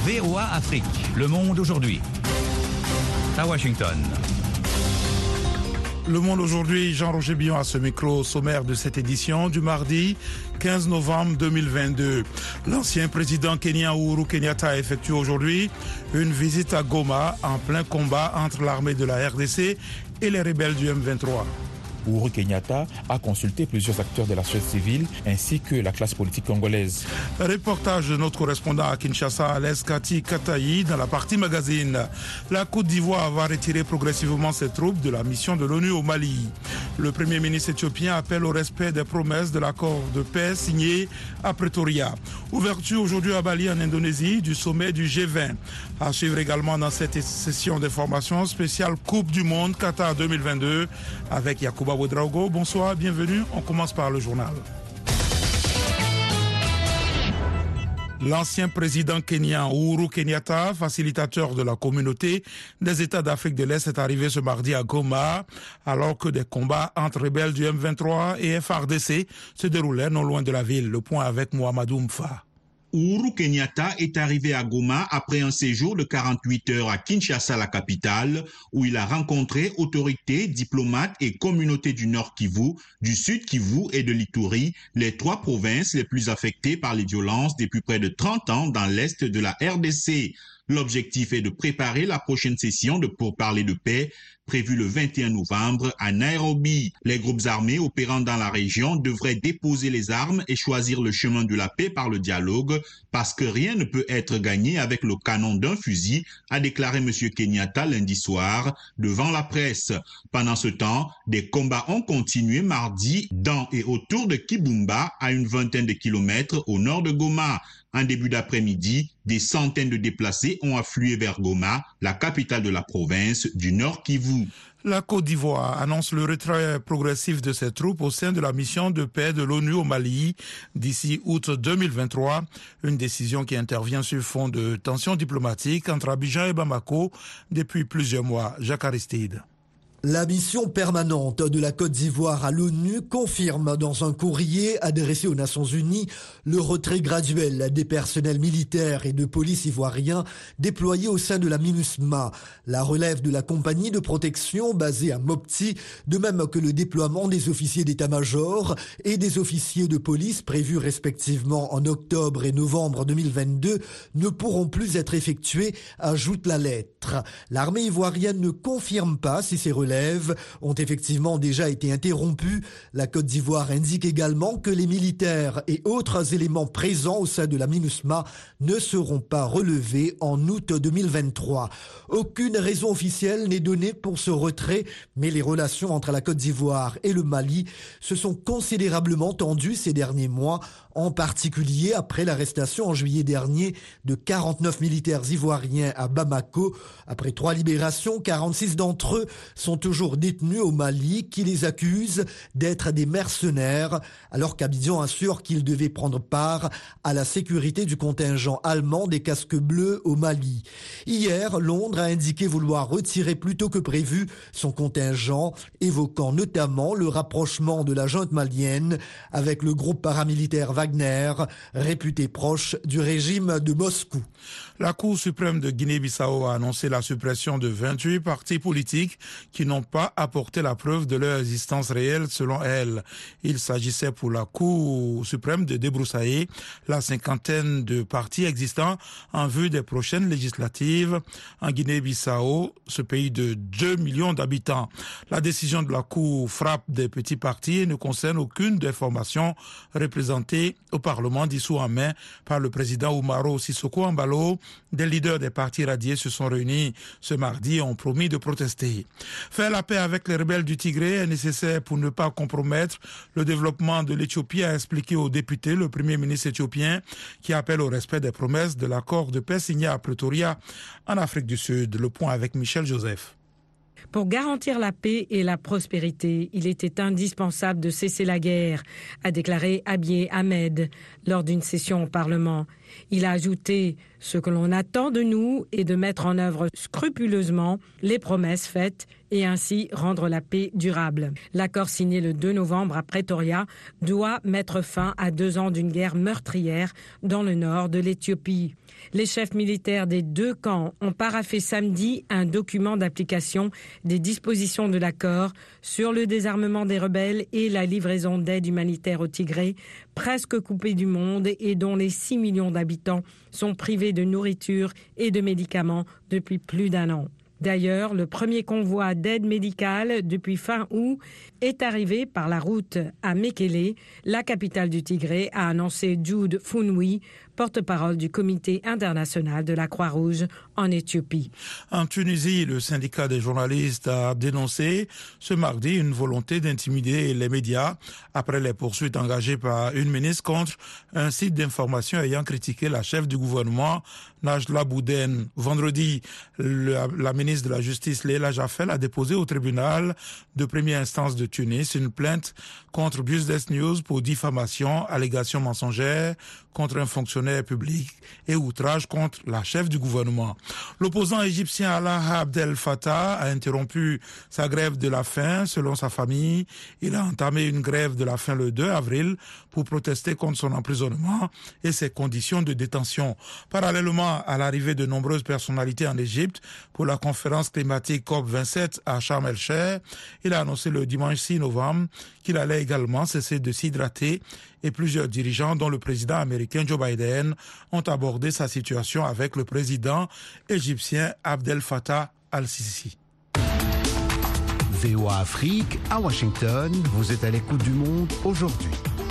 VOA Afrique, le monde aujourd'hui. À Washington. Le Monde aujourd'hui, Jean-Roger Billon à ce micro sommaire de cette édition du mardi 15 novembre 2022. L'ancien président kenyan Uhuru Kenyatta effectue aujourd'hui une visite à Goma en plein combat entre l'armée de la RDC et les rebelles du M23. Uhuru Kenyatta a consulté plusieurs acteurs de la société civile ainsi que la classe politique congolaise. Reportage de notre correspondant à Kinshasa, Alès Kati Katayi, dans la partie magazine. La Côte d'Ivoire va retirer progressivement ses troupes de la mission de l'ONU au Mali. Le Premier ministre éthiopien appelle au respect des promesses de l'accord de paix signé à Pretoria. Ouverture aujourd'hui à Bali, en Indonésie, du sommet du G20. À suivre également dans cette session d'information spéciale Coupe du Monde Qatar 2022 avec Yacouba Ouedraogo. Bonsoir, bienvenue. On commence par le journal. L'ancien président kenyan Uhuru Kenyatta, facilitateur de la communauté des États d'Afrique de l'Est, est arrivé ce mardi à Goma alors que des combats entre rebelles du M23 et FARDC se déroulaient non loin de la ville. Le point avec Mohamedou Mfa. Uhuru Kenyatta est arrivé à Goma après un séjour de 48 heures à Kinshasa, la capitale, où il a rencontré autorités, diplomates et communautés du Nord Kivu, du Sud Kivu et de l'Ituri, les trois provinces les plus affectées par les violences depuis près de 30 ans dans l'est de la RDC. L'objectif est de préparer la prochaine session de pourparlers de paix prévue le 21 novembre à Nairobi. Les groupes armés opérant dans la région devraient déposer les armes et choisir le chemin de la paix par le dialogue parce que rien ne peut être gagné avec le canon d'un fusil, a déclaré M. Kenyatta lundi soir devant la presse. Pendant ce temps, des combats ont continué mardi dans et autour de Kibumba, à une vingtaine de kilomètres au nord de Goma. En début d'après-midi, des centaines de déplacés ont afflué vers Goma, la capitale de la province du Nord Kivu. La Côte d'Ivoire annonce le retrait progressif de ses troupes au sein de la mission de paix de l'ONU au Mali d'ici août 2023. Une décision qui intervient sur fond de tensions diplomatiques entre Abidjan et Bamako depuis plusieurs mois. Jacques Aristide. La mission permanente de la Côte d'Ivoire à l'ONU confirme dans un courrier adressé aux Nations Unies le retrait graduel des personnels militaires et de police ivoiriens déployés au sein de la MINUSMA, la relève de la compagnie de protection basée à Mopti, de même que le déploiement des officiers d'état-major et des officiers de police prévus respectivement en octobre et novembre 2022 ne pourront plus être effectués, ajoute la lettre. L'armée ivoirienne ne confirme pas si ces relèves ont effectivement déjà été interrompus. La Côte d'Ivoire indique également que les militaires et autres éléments présents au sein de la MINUSMA ne seront pas relevés en août 2023. Aucune raison officielle n'est donnée pour ce retrait, mais les relations entre la Côte d'Ivoire et le Mali se sont considérablement tendues ces derniers mois, en particulier après l'arrestation en juillet dernier de 49 militaires ivoiriens à Bamako. Après 3 libérations, 46 d'entre eux sont toujours détenus au Mali, qui les accuse d'être des mercenaires, alors qu'Abidjan assure qu'il devait prendre part à la sécurité du contingent allemand des casques bleus au Mali. Hier, Londres a indiqué vouloir retirer plus tôt que prévu son contingent, évoquant notamment le rapprochement de la junte malienne avec le groupe paramilitaire Wagner, réputé proche du régime de Moscou. La Cour suprême de Guinée-Bissau a annoncé la suppression de 28 partis politiques qui n'ont pas apporté la preuve de leur existence réelle selon elle. Il s'agissait pour la Cour suprême de débroussailler la cinquantaine de partis existants en vue des prochaines législatives en Guinée-Bissau, ce pays de 2 millions d'habitants. La décision de la Cour frappe des petits partis et ne concerne aucune des formations représentées au Parlement dissous en mai par le président Umaro Sissoko Embalo. Des leaders des partis radiés se sont réunis ce mardi et ont promis de protester. Faire la paix avec les rebelles du Tigré est nécessaire pour ne pas compromettre le développement de l'Éthiopie, a expliqué aux députés le Premier ministre éthiopien qui appelle au respect des promesses de l'accord de paix signé à Pretoria en Afrique du Sud. Le point avec Michel Joseph. Pour garantir la paix et la prospérité, il était indispensable de cesser la guerre, a déclaré Abiy Ahmed lors d'une session au Parlement. Il a ajouté « Ce que l'on attend de nous est de mettre en œuvre scrupuleusement les promesses faites et ainsi rendre la paix durable. L'accord signé le 2 novembre à Pretoria doit mettre fin à 2 ans d'une guerre meurtrière dans le nord de l'Éthiopie. Les chefs militaires des 2 camps ont paraphé samedi un document d'application des dispositions de l'accord sur le désarmement des rebelles et la livraison d'aide humanitaire au Tigré, presque coupé du monde et dont les 6 millions d'habitants sont privés de nourriture et de médicaments depuis plus d'1 an. D'ailleurs, le premier convoi d'aide médicale depuis fin août est arrivé par la route à Mekele, la capitale du Tigré, a annoncé Jude Funwi, porte-parole du Comité international de la Croix-Rouge en Éthiopie. En Tunisie, le syndicat des journalistes a dénoncé ce mardi une volonté d'intimider les médias après les poursuites engagées par une ministre contre un site d'information ayant critiqué la chef du gouvernement, Najla Bouden. Vendredi, la ministre de la Justice, Leila Jaffel, a déposé au tribunal de première instance de Tunis une plainte contre Business News pour diffamation, allégations mensongères contre un fonctionnaire public et outrage contre la chef du gouvernement. L'opposant égyptien Alaa Abdel Fattah a interrompu sa grève de la faim. Selon sa famille, il a entamé une grève de la faim le 2 avril pour protester contre son emprisonnement et ses conditions de détention. Parallèlement à l'arrivée de nombreuses personnalités en Égypte pour la conférence climatique COP27 à Sharm el-Sheikh, il a annoncé le dimanche 6 novembre qu'il allait également cesser de s'hydrater et plusieurs dirigeants, dont le président américain Joe Biden, ont abordé sa situation avec le président égyptien Abdel Fattah al-Sisi. VOA Afrique, à Washington, vous êtes à l'écoute du monde aujourd'hui.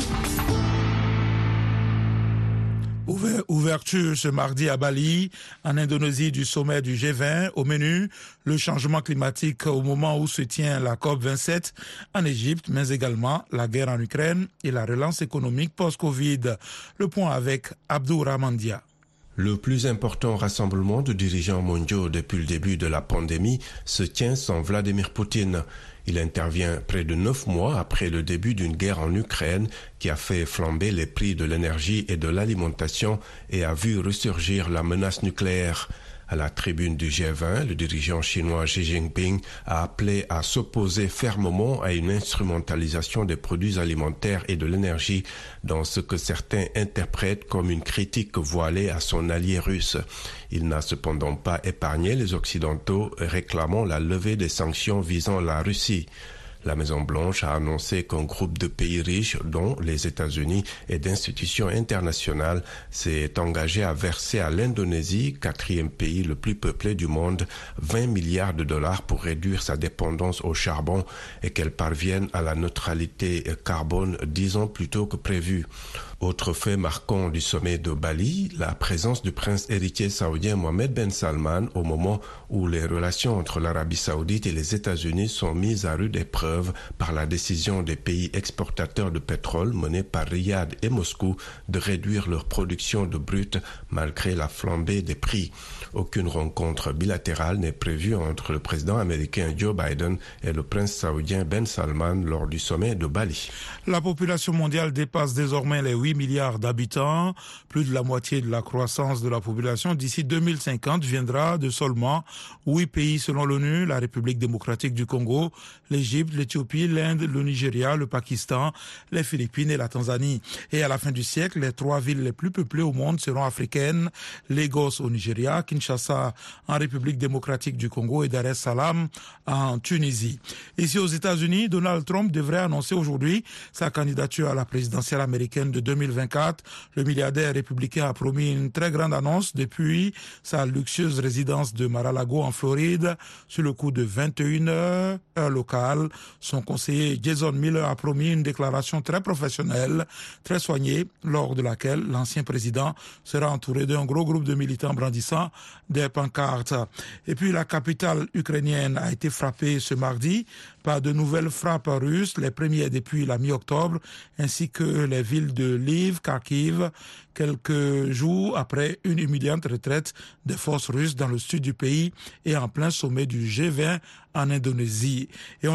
Ouverture ce mardi à Bali, en Indonésie, du sommet du G20. Au menu, le changement climatique au moment où se tient la COP27 en Égypte, mais également la guerre en Ukraine et la relance économique post-Covid. Le point avec Abdourahmane Dia. Le plus important rassemblement de dirigeants mondiaux depuis le début de la pandémie se tient sans Vladimir Poutine. Il intervient près de 9 mois après le début d'une guerre en Ukraine qui a fait flamber les prix de l'énergie et de l'alimentation et a vu ressurgir la menace nucléaire. À la tribune du G20, le dirigeant chinois Xi Jinping a appelé à s'opposer fermement à une instrumentalisation des produits alimentaires et de l'énergie dans ce que certains interprètent comme une critique voilée à son allié russe. Il n'a cependant pas épargné les Occidentaux réclamant la levée des sanctions visant la Russie. La Maison-Blanche a annoncé qu'un groupe de pays riches, dont les États-Unis et d'institutions internationales, s'est engagé à verser à l'Indonésie, 4e pays le plus peuplé du monde, 20 milliards de dollars pour réduire sa dépendance au charbon et qu'elle parvienne à la neutralité carbone 10 ans plus tôt que prévu. Autre fait marquant du sommet de Bali, la présence du prince héritier saoudien Mohammed Ben Salman au moment où les relations entre l'Arabie saoudite et les États-Unis sont mises à rude épreuve par la décision des pays exportateurs de pétrole menés par Riyad et Moscou de réduire leur production de brut malgré la flambée des prix. Aucune rencontre bilatérale n'est prévue entre le président américain Joe Biden et le prince saoudien Ben Salman lors du sommet de Bali. La population mondiale dépasse désormais les 8 milliards d'habitants. Plus de la moitié de la croissance de la population d'ici 2050 viendra de seulement 8 pays selon l'ONU, la République démocratique du Congo, l'Égypte, l'Éthiopie, l'Inde, le Nigeria, le Pakistan, les Philippines et la Tanzanie. Et à la fin du siècle, les 3 villes les plus peuplées au monde seront africaines, Lagos au Nigeria, Kinshasa en République démocratique du Congo et Dar es Salaam en Tunisie. Ici aux États-Unis, Donald Trump devrait annoncer aujourd'hui sa candidature à la présidentielle américaine de 2024. Le milliardaire républicain a promis une très grande annonce depuis sa luxueuse résidence de Mar-a-Lago en Floride sur le coup de 21 heures locale. Son conseiller Jason Miller a promis une déclaration très professionnelle, très soignée, lors de laquelle l'ancien président sera entouré d'un gros groupe de militants brandissant des pancartes. Et puis la capitale ukrainienne a été frappée ce mardi par de nouvelles frappes russes, les premières depuis la mi-octobre, ainsi que les villes de Lviv, Kharkiv, quelques jours après une humiliante retraite des forces russes dans le sud du pays et en plein sommet du G20 en Indonésie. Et on termine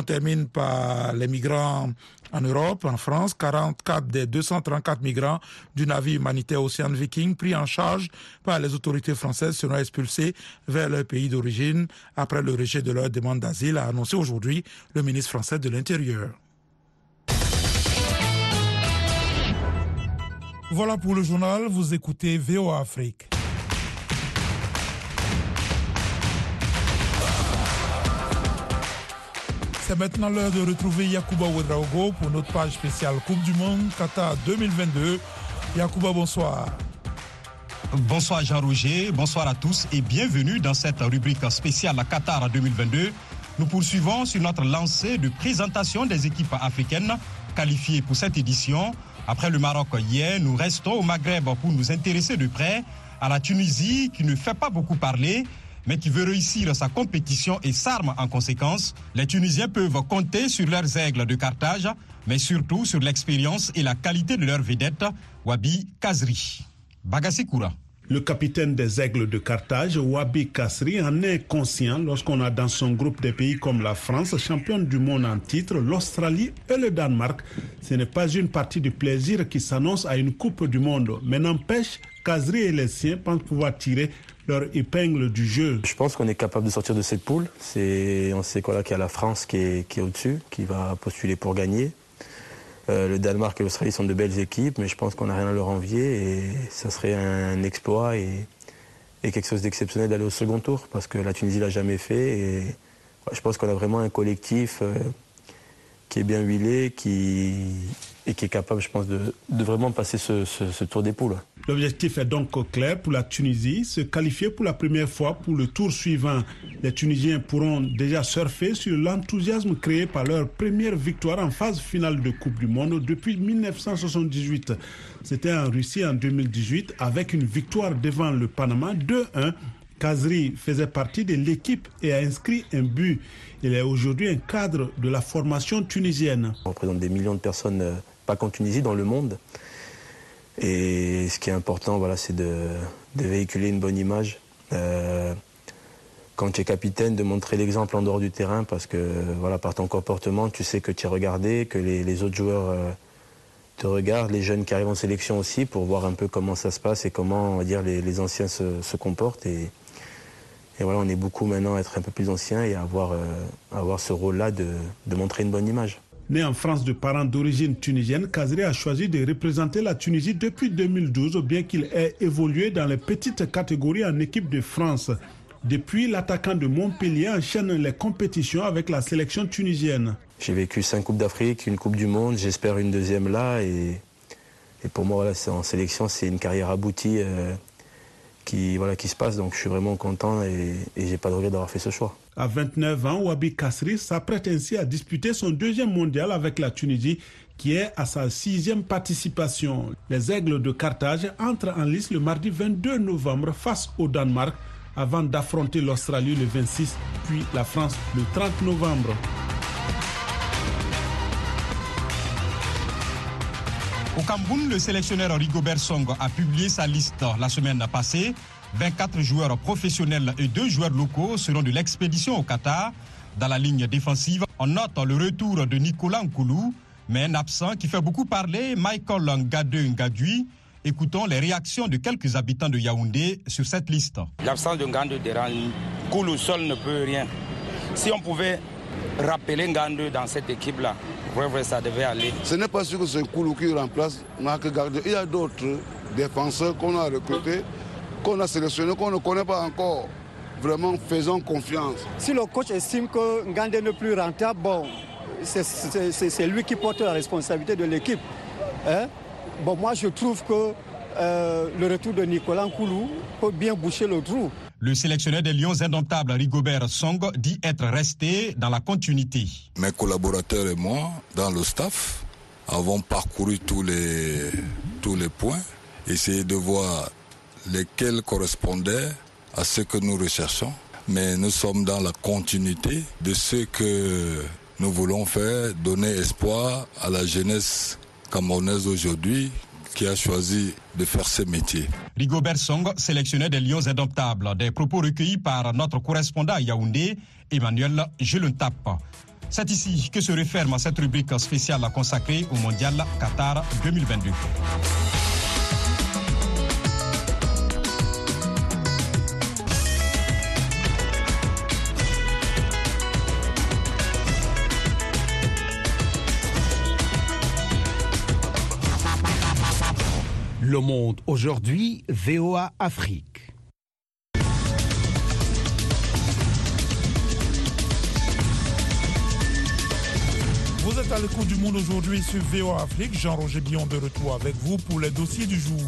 prennent par les migrants en Europe, en France. 44 des 234 migrants du navire humanitaire Ocean Viking pris en charge par les autorités françaises seront expulsés vers leur pays d'origine après le rejet de leur demande d'asile, a annoncé aujourd'hui le ministre français de l'Intérieur. Voilà pour le journal, vous écoutez VOA Afrique. C'est maintenant l'heure de retrouver Yacouba Ouedraogo pour notre page spéciale Coupe du Monde Qatar 2022. Yacouba, bonsoir. Bonsoir Jean-Roger, bonsoir à tous et bienvenue dans cette rubrique spéciale Qatar 2022. Nous poursuivons sur notre lancée de présentation des équipes africaines qualifiées pour cette édition. Après le Maroc hier, nous restons au Maghreb pour nous intéresser de près à la Tunisie qui ne fait pas beaucoup parler, mais qui veut réussir sa compétition et s'arme en conséquence. Les Tunisiens peuvent compter sur leurs aigles de Carthage, mais surtout sur l'expérience et la qualité de leur vedette, Wabi Kazri. Bagassi Koura. Le capitaine des Aigles de Carthage, Wabi Kazri, en est conscient lorsqu'on a dans son groupe des pays comme la France, championne du monde en titre, l'Australie et le Danemark. Ce n'est pas une partie de plaisir qui s'annonce à une Coupe du Monde. Mais n'empêche, Kazri et les siens pensent pouvoir tirer leur épingle du jeu. Je pense qu'on est capable de sortir de cette poule. On sait qu'il y a la France qui est au-dessus, qui va postuler pour gagner. Le Danemark et l'Australie sont de belles équipes, mais je pense qu'on n'a rien à leur envier et ça serait un exploit et quelque chose d'exceptionnel d'aller au second tour parce que la Tunisie l'a jamais fait et je pense qu'on a vraiment un collectif qui est bien huilé et qui est capable, je pense, de vraiment passer ce tour des poules. L'objectif est donc clair pour la Tunisie, se qualifier pour la première fois pour le tour suivant. Les Tunisiens pourront déjà surfer sur l'enthousiasme créé par leur première victoire en phase finale de Coupe du Monde depuis 1978. C'était en Russie en 2018 avec une victoire devant le Panama 2-1. Kazri faisait partie de l'équipe et a inscrit un but. Il est aujourd'hui un cadre de la formation tunisienne. On représente des millions de personnes, pas qu'en Tunisie, dans le monde. Et ce qui est important, c'est de véhiculer une bonne image. Quand tu es capitaine, de montrer l'exemple en dehors du terrain, parce que par ton comportement, tu sais que tu es regardé, que les autres joueurs te regardent, les jeunes qui arrivent en sélection aussi, pour voir un peu comment ça se passe et comment, on va dire, les anciens se comportent. Et on est beaucoup maintenant à être un peu plus anciens et à avoir ce rôle-là de montrer une bonne image. Né en France de parents d'origine tunisienne, Kazri a choisi de représenter la Tunisie depuis 2012, bien qu'il ait évolué dans les petites catégories en équipe de France. Depuis, l'attaquant de Montpellier enchaîne les compétitions avec la sélection tunisienne. J'ai vécu 5 Coupes d'Afrique, une Coupe du Monde, j'espère une deuxième là. Et pour moi, en sélection, c'est une carrière aboutie qui se passe. Donc je suis vraiment content et j'ai pas de regret d'avoir fait ce choix. À 29 ans, Wabi Kazri s'apprête ainsi à disputer son deuxième mondial avec la Tunisie, qui est à sa 6e participation. Les Aigles de Carthage entrent en lice le mardi 22 novembre face au Danemark, avant d'affronter l'Australie le 26, puis la France le 30 novembre. Au Cameroun, le sélectionneur Rigobert Song a publié sa liste la semaine passée. 24 joueurs professionnels et 2 joueurs locaux seront de l'expédition au Qatar. Dans la ligne défensive, on note le retour de Nicolas Nkoulou, mais un absent qui fait beaucoup parler, Michael Ngade-Ngadui. Écoutons les réactions de quelques habitants de Yaoundé sur cette liste. L'absence de Ngade dérange. Nkoulou seul ne peut rien. Si on pouvait rappeler Ngade dans cette équipe-là, ça devait aller. Ce n'est pas sûr que c'est Nkoulou qui remplace Ngade. Il y a d'autres défenseurs qu'on a recrutés, qu'on a sélectionnés, qu'on ne connaît pas encore. Vraiment, faisons confiance. Si le coach estime que Ngade n'est plus rentable, c'est lui qui porte la responsabilité de l'équipe. Moi, je trouve que le retour de Nicolas Nkoulou peut bien boucher le trou. Le sélectionneur des Lions indomptables, Rigobert Song, dit être resté dans la continuité. Mes collaborateurs et moi, dans le staff, avons parcouru tous les points, essayé de voir lesquels correspondaient à ce que nous recherchons. Mais nous sommes dans la continuité de ce que nous voulons faire, donner espoir à la jeunesse camerounaise aujourd'hui qui a choisi de faire ce métier. Rigobert Song, sélectionneur des Lions indomptables. Des propos recueillis par notre correspondant à Yaoundé, Emmanuel Jelentap. C'est ici que se referme cette rubrique spéciale consacrée au Mondial Qatar 2022. Le Monde aujourd'hui, VOA Afrique. Vous êtes à l'écoute du Monde aujourd'hui sur VOA Afrique. Jean-Roger Billon de retour avec vous pour les dossiers du jour.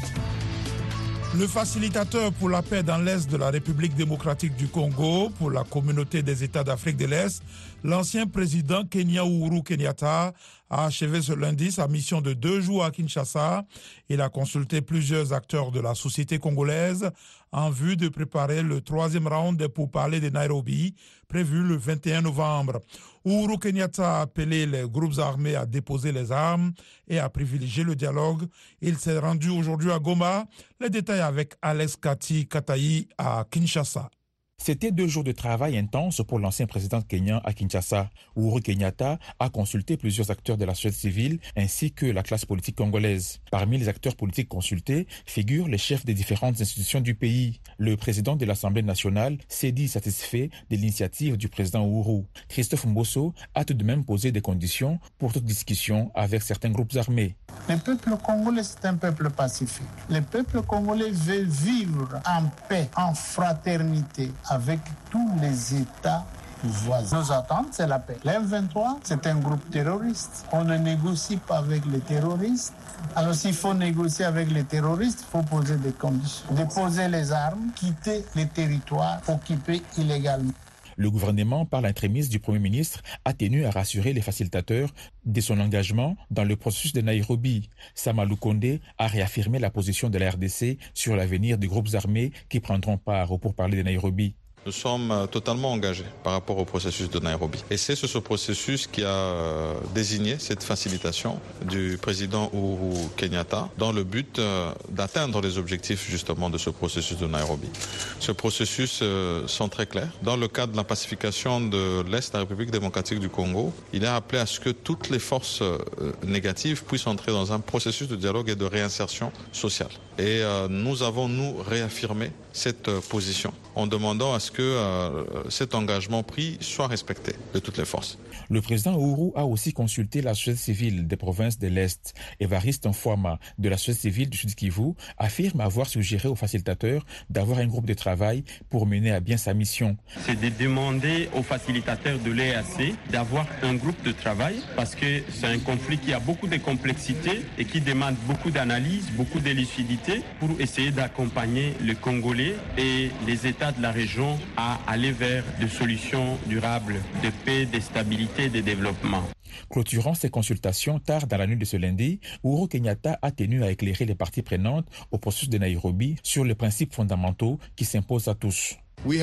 Le facilitateur pour la paix dans l'Est de la République démocratique du Congo, pour la communauté des États d'Afrique de l'Est, l'ancien président Kenya Uhuru Kenyatta a achevé ce lundi sa mission de 2 jours à Kinshasa. Il a consulté plusieurs acteurs de la société congolaise en vue de préparer le 3e round des pourparlers de Nairobi, prévu le 21 novembre. Uhuru Kenyatta a appelé les groupes armés à déposer les armes et à privilégier le dialogue. Il s'est rendu aujourd'hui à Goma. Les détails avec Alex Katayi à Kinshasa. C'était 2 jours de travail intense pour l'ancien président kenyan à Kinshasa. Uhuru Kenyatta a consulté plusieurs acteurs de la société civile ainsi que la classe politique congolaise. Parmi les acteurs politiques consultés figurent les chefs des différentes institutions du pays. Le président de l'Assemblée nationale s'est dit satisfait de l'initiative du président Uhuru. Christophe Mbosso a tout de même posé des conditions pour toute discussion avec certains groupes armés. Le peuple congolais, c'est un peuple pacifique. Le peuple congolais veut vivre en paix, en fraternité, avec tous les États voisins. Nos attentes, c'est la paix. L'M23, c'est un groupe terroriste. On ne négocie pas avec les terroristes. Alors s'il faut négocier avec les terroristes, il faut poser des conditions. Déposer les armes, quitter les territoires occupés illégalement. Le gouvernement, par l'entremise du Premier ministre, a tenu à rassurer les facilitateurs de son engagement dans le processus de Nairobi. Samalou Kondé a réaffirmé la position de la RDC sur l'avenir des groupes armés qui prendront part au pourparlers de Nairobi. Nous sommes totalement engagés par rapport au processus de Nairobi. Et c'est ce processus qui a désigné cette facilitation du président Uhuru Kenyatta dans le but d'atteindre les objectifs justement de ce processus de Nairobi. Ce processus sont très clairs. Dans le cadre de la pacification de l'Est de la République démocratique du Congo, il est appelé à ce que toutes les forces négatives puissent entrer dans un processus de dialogue et de réinsertion sociale. Et nous avons, réaffirmé cette position en demandant à ce que cet engagement pris soit respecté de toutes les forces. Le président Uhuru a aussi consulté la société civile des provinces de l'Est. Évariste Nfuama de la société civile du Sud-Kivu affirme avoir suggéré aux facilitateurs d'avoir un groupe de travail pour mener à bien sa mission. C'est de demander aux facilitateurs de l'EAC d'avoir un groupe de travail parce que c'est un conflit qui a beaucoup de complexité et qui demande beaucoup d'analyse, beaucoup de lucidité pour essayer d'accompagner le Congolais et les États de la région à aller vers des solutions durables de paix, de stabilité et de développement. Clôturant ces consultations tard dans la nuit de ce lundi, Uhuru Kenyatta a tenu à éclairer les parties prenantes au processus de Nairobi sur les principes fondamentaux qui s'imposent à tous. Nous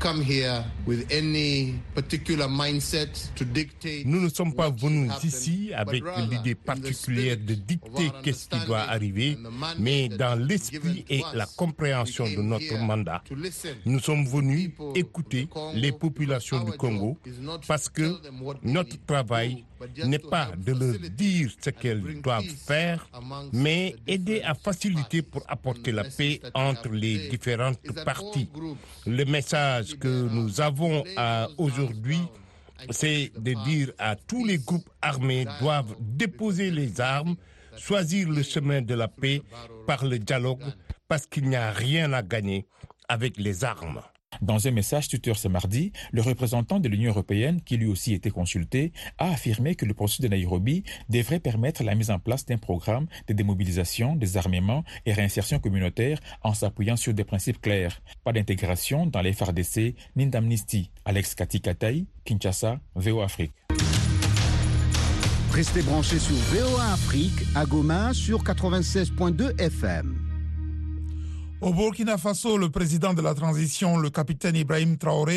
ne sommes pas venus ici avec l'idée particulière de dicter qu'est-ce qui doit arriver, mais dans l'esprit et la compréhension de notre mandat. Nous sommes venus écouter les populations du Congo parce que notre travail n'est pas de leur dire ce qu'elles doivent faire, mais aider à faciliter pour apporter la paix entre les différentes parties. Le message que nous avons aujourd'hui, c'est de dire à tous les groupes armés doivent déposer les armes, choisir le chemin de la paix par le dialogue, parce qu'il n'y a rien à gagner avec les armes. Dans un message Twitter ce mardi, le représentant de l'Union européenne, qui lui aussi était consulté, a affirmé que le processus de Nairobi devrait permettre la mise en place d'un programme de démobilisation, désarmement et réinsertion communautaire en s'appuyant sur des principes clairs. Pas d'intégration dans les FARDC ni d'amnistie. Alex Katayi, Kinshasa, VOA Afrique. Restez branchés sur VOA Afrique à Goma sur 96.2 FM. Au Burkina Faso, le président de la transition, le capitaine Ibrahim Traoré,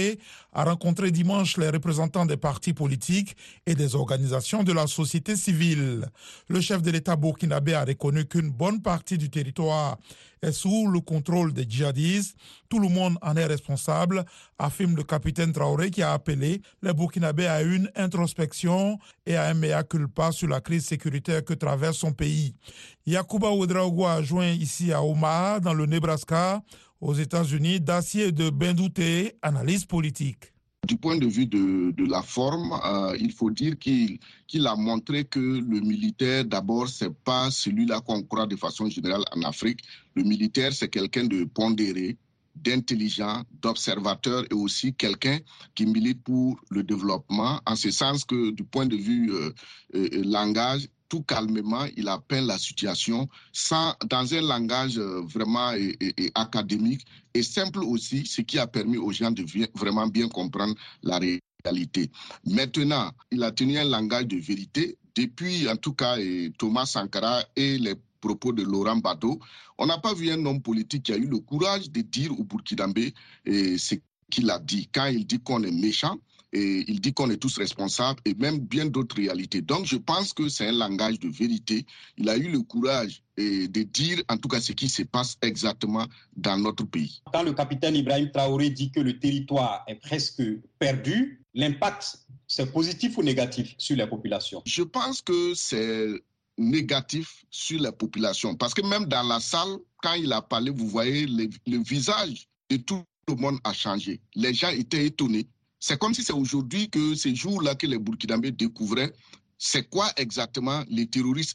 a rencontré dimanche les représentants des partis politiques et des organisations de la société civile. Le chef de l'État burkinabé a reconnu qu'une bonne partie du territoire est sous le contrôle des djihadistes. Tout le monde en est responsable, affirme le capitaine Traoré qui a appelé les Burkinabés à une introspection et à un mea culpa sur la crise sécuritaire que traverse son pays. Yacouba Ouedraogo a joint ici à Omaha, dans le Nebraska, aux États-Unis, Dacier de Bendouté, analyse politique. Du point de vue de la forme, il faut dire qu'il a montré que le militaire, d'abord, c'est pas celui-là qu'on croit de façon générale en Afrique. Le militaire, c'est quelqu'un de pondéré, d'intelligent, d'observateur et aussi quelqu'un qui milite pour le développement, en ce sens que du point de vue langage, tout calmement, il a peint la situation dans un langage vraiment académique et simple aussi, ce qui a permis aux gens de vraiment bien comprendre la réalité. Maintenant, il a tenu un langage de vérité. Depuis, en tout cas, Thomas Sankara et les propos de Laurent Gbagbo, on n'a pas vu un homme politique qui a eu le courage de dire au Burkinabé ce qu'il a dit. Quand il dit qu'on est méchant, et il dit qu'on est tous responsables et même bien d'autres réalités. Donc je pense que c'est un langage de vérité. Il a eu le courage de dire en tout cas ce qui se passe exactement dans notre pays. Quand le capitaine Ibrahim Traoré dit que le territoire est presque perdu, l'impact, c'est positif ou négatif sur la population? Je pense que c'est négatif sur la population parce que même dans la salle, quand il a parlé, vous voyez, le visage de tout le monde a changé. Les gens étaient étonnés. C'est comme si c'est aujourd'hui que ces jours-là que les Burkinabés découvraient c'est quoi exactement le terrorisme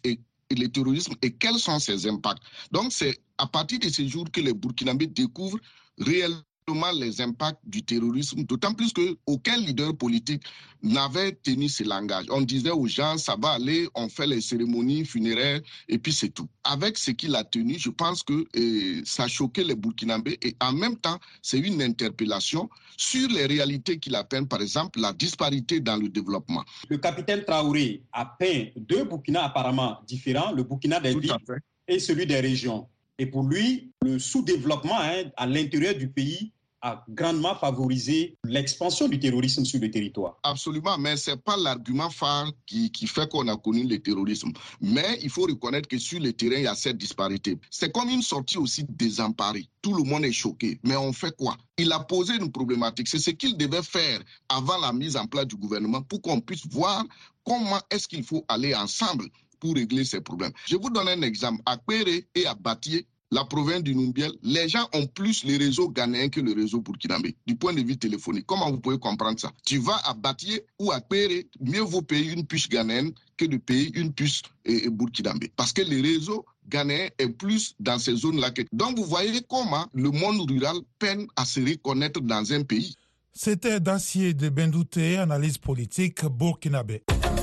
et quels sont ses impacts. Donc c'est à partir de ces jours que les Burkinabés découvrent réellement les impacts du terrorisme, d'autant plus qu'aucun leader politique n'avait tenu ce langage. On disait aux gens, ça va aller, on fait les cérémonies funéraires et puis c'est tout. Avec ce qu'il a tenu, je pense que ça a choqué les Burkinabés et en même temps, c'est une interpellation sur les réalités qu'il a peint, par exemple, la disparité dans le développement. Le capitaine Traoré a peint deux Burkinas apparemment différents, le Burkina des villes et celui des régions. Et pour lui, le sous-développement à l'intérieur du pays a grandement favorisé l'expansion du terrorisme sur le territoire. Absolument, mais ce n'est pas l'argument phare qui fait qu'on a connu le terrorisme. Mais il faut reconnaître que sur le terrain, il y a cette disparité. C'est comme une sortie aussi désemparée. Tout le monde est choqué. Mais on fait quoi? Il a posé une problématique. C'est ce qu'il devait faire avant la mise en place du gouvernement pour qu'on puisse voir comment est-ce qu'il faut aller ensemble pour régler ces problèmes. Je vous donne un exemple. À Kpéré et à Batié, la province du Numbiel, les gens ont plus les réseaux ghanéens que le réseau burkinabé, du point de vue téléphonique. Comment vous pouvez comprendre ça? Tu vas à Batié ou à Kpéré, mieux vaut payer une puce ghanéenne que de payer une puce burkinabé. Parce que le réseau ghanéen est plus dans ces zones-là. Donc vous voyez comment le monde rural peine à se reconnaître dans un pays. C'était Dacier de Bendouté, analyse politique burkinabé.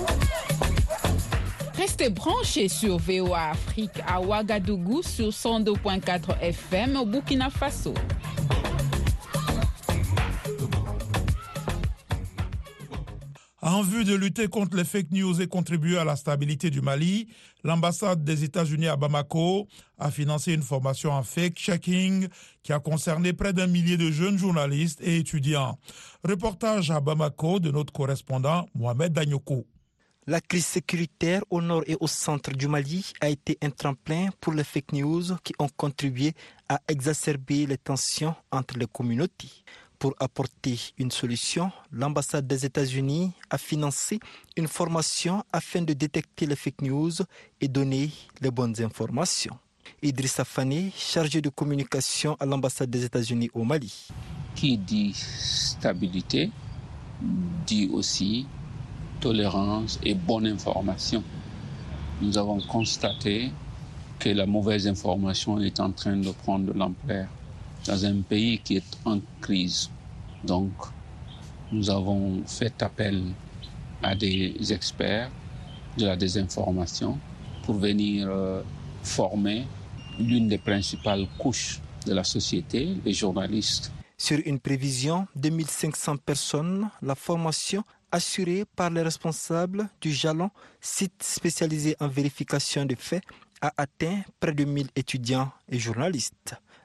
Restez branchés sur VOA Afrique à Ouagadougou sur 102.4 FM au Burkina Faso. En vue de lutter contre les fake news et contribuer à la stabilité du Mali, l'ambassade des États-Unis à Bamako a financé une formation en fake-checking qui a concerné près d'1 millier de jeunes journalistes et étudiants. Reportage à Bamako de notre correspondant Mohamed Danyoko. La crise sécuritaire au nord et au centre du Mali a été un tremplin pour les fake news qui ont contribué à exacerber les tensions entre les communautés. Pour apporter une solution, l'ambassade des États-Unis a financé une formation afin de détecter les fake news et donner les bonnes informations. Idrissa Fane, chargé de communication à l'ambassade des États-Unis au Mali. Qui dit stabilité, dit aussi tolérance et bonne information. Nous avons constaté que la mauvaise information est en train de prendre de l'ampleur dans un pays qui est en crise. Donc, nous avons fait appel à des experts de la désinformation pour venir former l'une des principales couches de la société, les journalistes. Sur une prévision de 1500 personnes, la formation assurée par les responsables du Jalon, site spécialisé en vérification des faits, a atteint près de 1000 étudiants et journalistes.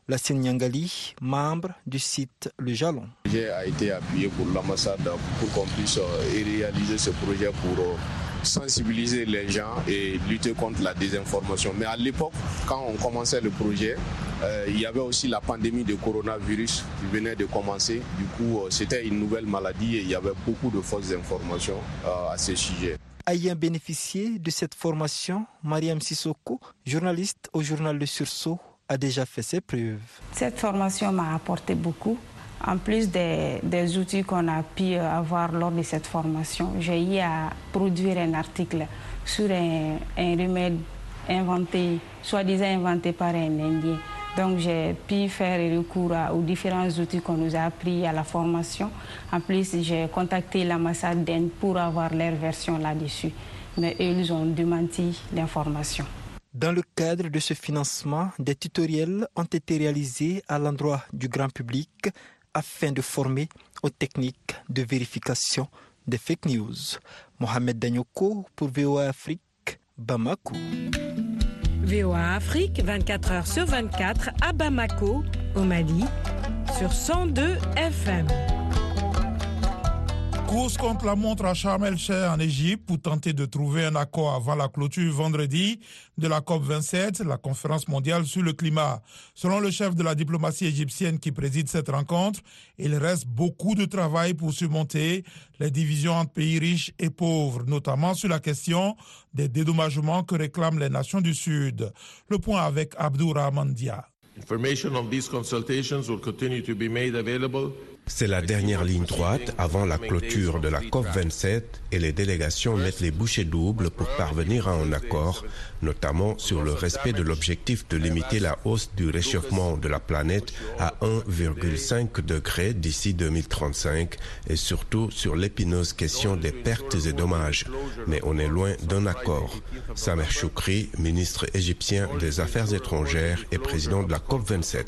La Nyangali, membre du site Le Jalon. Le projet a été appuyé pour l'ambassade pour qu'on puisse réaliser ce projet pour sensibiliser les gens et lutter contre la désinformation. Mais à l'époque, quand on commençait le projet, il y avait aussi la pandémie de coronavirus qui venait de commencer. Du coup, c'était une nouvelle maladie et il y avait beaucoup de fausses informations à ce sujet. Ayant bénéficié de cette formation, Mariam Sissoko, journaliste au journal Le Sursaut, a déjà fait ses preuves. Cette formation m'a apporté beaucoup. En plus des outils qu'on a pu avoir lors de cette formation, j'ai eu à produire un article sur un remède inventé, soi-disant inventé par un Indien. Donc j'ai pu faire recours aux différents outils qu'on nous a appris à la formation. En plus, j'ai contacté l'ambassade d'Inde pour avoir leur version là-dessus. Mais eux, ils ont démenti l'information. Dans le cadre de ce financement, des tutoriels ont été réalisés à l'endroit du grand public afin de former aux techniques de vérification des fake news. Mohamed Danyoko pour VOA Afrique, Bamako. VOA Afrique, 24 heures sur 24 à Bamako, au Mali, sur 102 FM. Course contre la montre à Sharm el-Sheikh en Égypte pour tenter de trouver un accord avant la clôture vendredi de la COP27, la conférence mondiale sur le climat. Selon le chef de la diplomatie égyptienne qui préside cette rencontre, il reste beaucoup de travail pour surmonter les divisions entre pays riches et pauvres, notamment sur la question des dédommagements que réclament les nations du Sud. Le point avec Abdourahmane Dia. Information on these consultations will continue to be made available. C'est la dernière ligne droite avant la clôture de la COP27 et les délégations mettent les bouchées doubles pour parvenir à un accord, notamment sur le respect de l'objectif de limiter la hausse du réchauffement de la planète à 1,5 degré d'ici 2035 et surtout sur l'épineuse question des pertes et dommages. Mais on est loin d'un accord. Samer Choukri, ministre égyptien des Affaires étrangères et président de la COP27.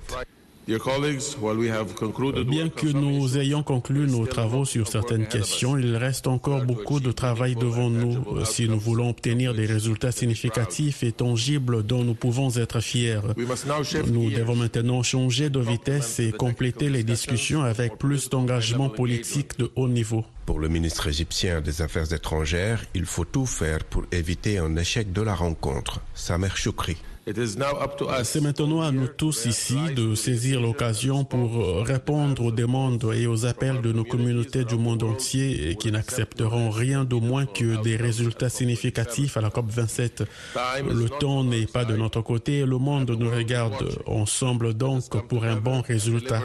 Bien que nous ayons conclu nos travaux sur certaines questions, il reste encore beaucoup de travail devant nous si nous voulons obtenir des résultats significatifs et tangibles dont nous pouvons être fiers. Nous devons maintenant changer de vitesse et compléter les discussions avec plus d'engagement politique de haut niveau. Pour le ministre égyptien des Affaires étrangères, il faut tout faire pour éviter un échec de la rencontre. Samer Choukri. C'est maintenant à nous tous ici de saisir l'occasion pour répondre aux demandes et aux appels de nos communautés du monde entier qui n'accepteront rien de moins que des résultats significatifs à la COP27. Le temps n'est pas de notre côté et le monde nous regarde. Ensemble donc pour un bon résultat.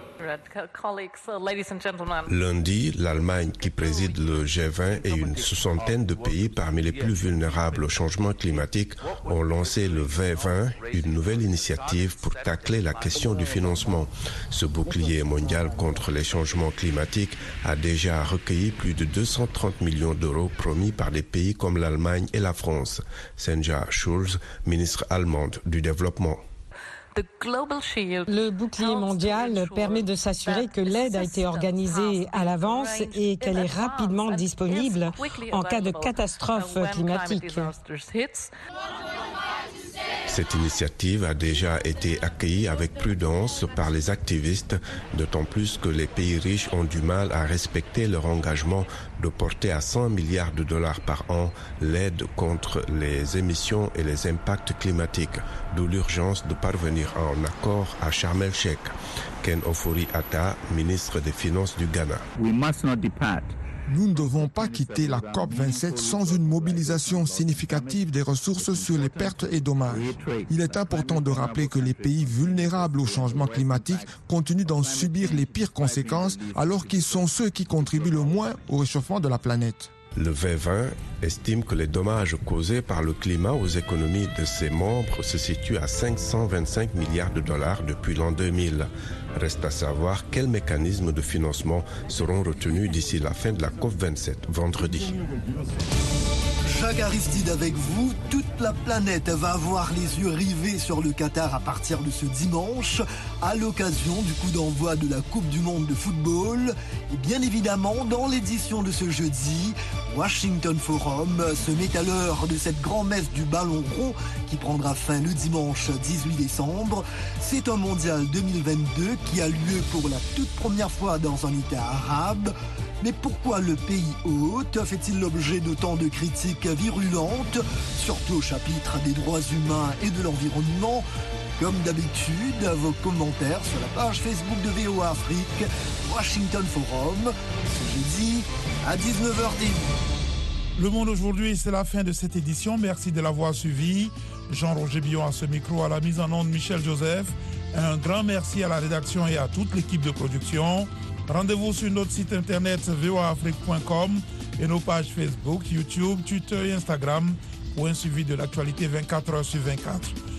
Lundi, l'Allemagne qui préside le G20 et une soixantaine de pays parmi les plus vulnérables au changement climatique ont lancé le V20, une nouvelle initiative pour tacler la question du financement. Ce bouclier mondial contre les changements climatiques a déjà recueilli plus de 230 millions d'euros promis par des pays comme l'Allemagne et la France. Senja Schulz, ministre allemande du développement. Le bouclier mondial permet de s'assurer que l'aide a été organisée à l'avance et qu'elle est rapidement disponible en cas de catastrophe climatique. Cette initiative a déjà été accueillie avec prudence par les activistes, d'autant plus que les pays riches ont du mal à respecter leur engagement de porter à 100 milliards de dollars par an l'aide contre les émissions et les impacts climatiques, d'où l'urgence de parvenir à un accord à Sharm el-Sheikh. Ken Ofori-Atta, ministre des Finances du Ghana. Nous ne devons pas quitter la COP27 sans une mobilisation significative des ressources sur les pertes et dommages. Il est important de rappeler que les pays vulnérables au changement climatique continuent d'en subir les pires conséquences alors qu'ils sont ceux qui contribuent le moins au réchauffement de la planète. Le V20 estime que les dommages causés par le climat aux économies de ses membres se situent à 525 milliards de dollars depuis l'an 2000. Reste à savoir quels mécanismes de financement seront retenus d'ici la fin de la COP27 vendredi. Jacques Aristide avec vous. Toute la planète va avoir les yeux rivés sur le Qatar à partir de ce dimanche, à l'occasion du coup d'envoi de la Coupe du Monde de football. Et bien évidemment, dans l'édition de ce jeudi, Washington Forum se met à l'heure de cette grand-messe du ballon rond qui prendra fin le dimanche 18 décembre. C'est un mondial 2022 qui a lieu pour la toute première fois dans un État arabe. Mais pourquoi le pays hôte fait-il l'objet d'autant de critiques virulentes, surtout au chapitre des droits humains et de l'environnement? Comme d'habitude, vos commentaires sur la page Facebook de VOA Afrique, Washington Forum, ce jeudi à 19h10. Le Monde aujourd'hui, c'est la fin de cette édition. Merci de l'avoir suivi. Jean-Roger Billon à ce micro, à la mise en onde Michel Joseph. Un grand merci à la rédaction et à toute l'équipe de production. Rendez-vous sur notre site internet voaafrique.com et nos pages Facebook, YouTube, Twitter et Instagram pour un suivi de l'actualité 24h sur 24.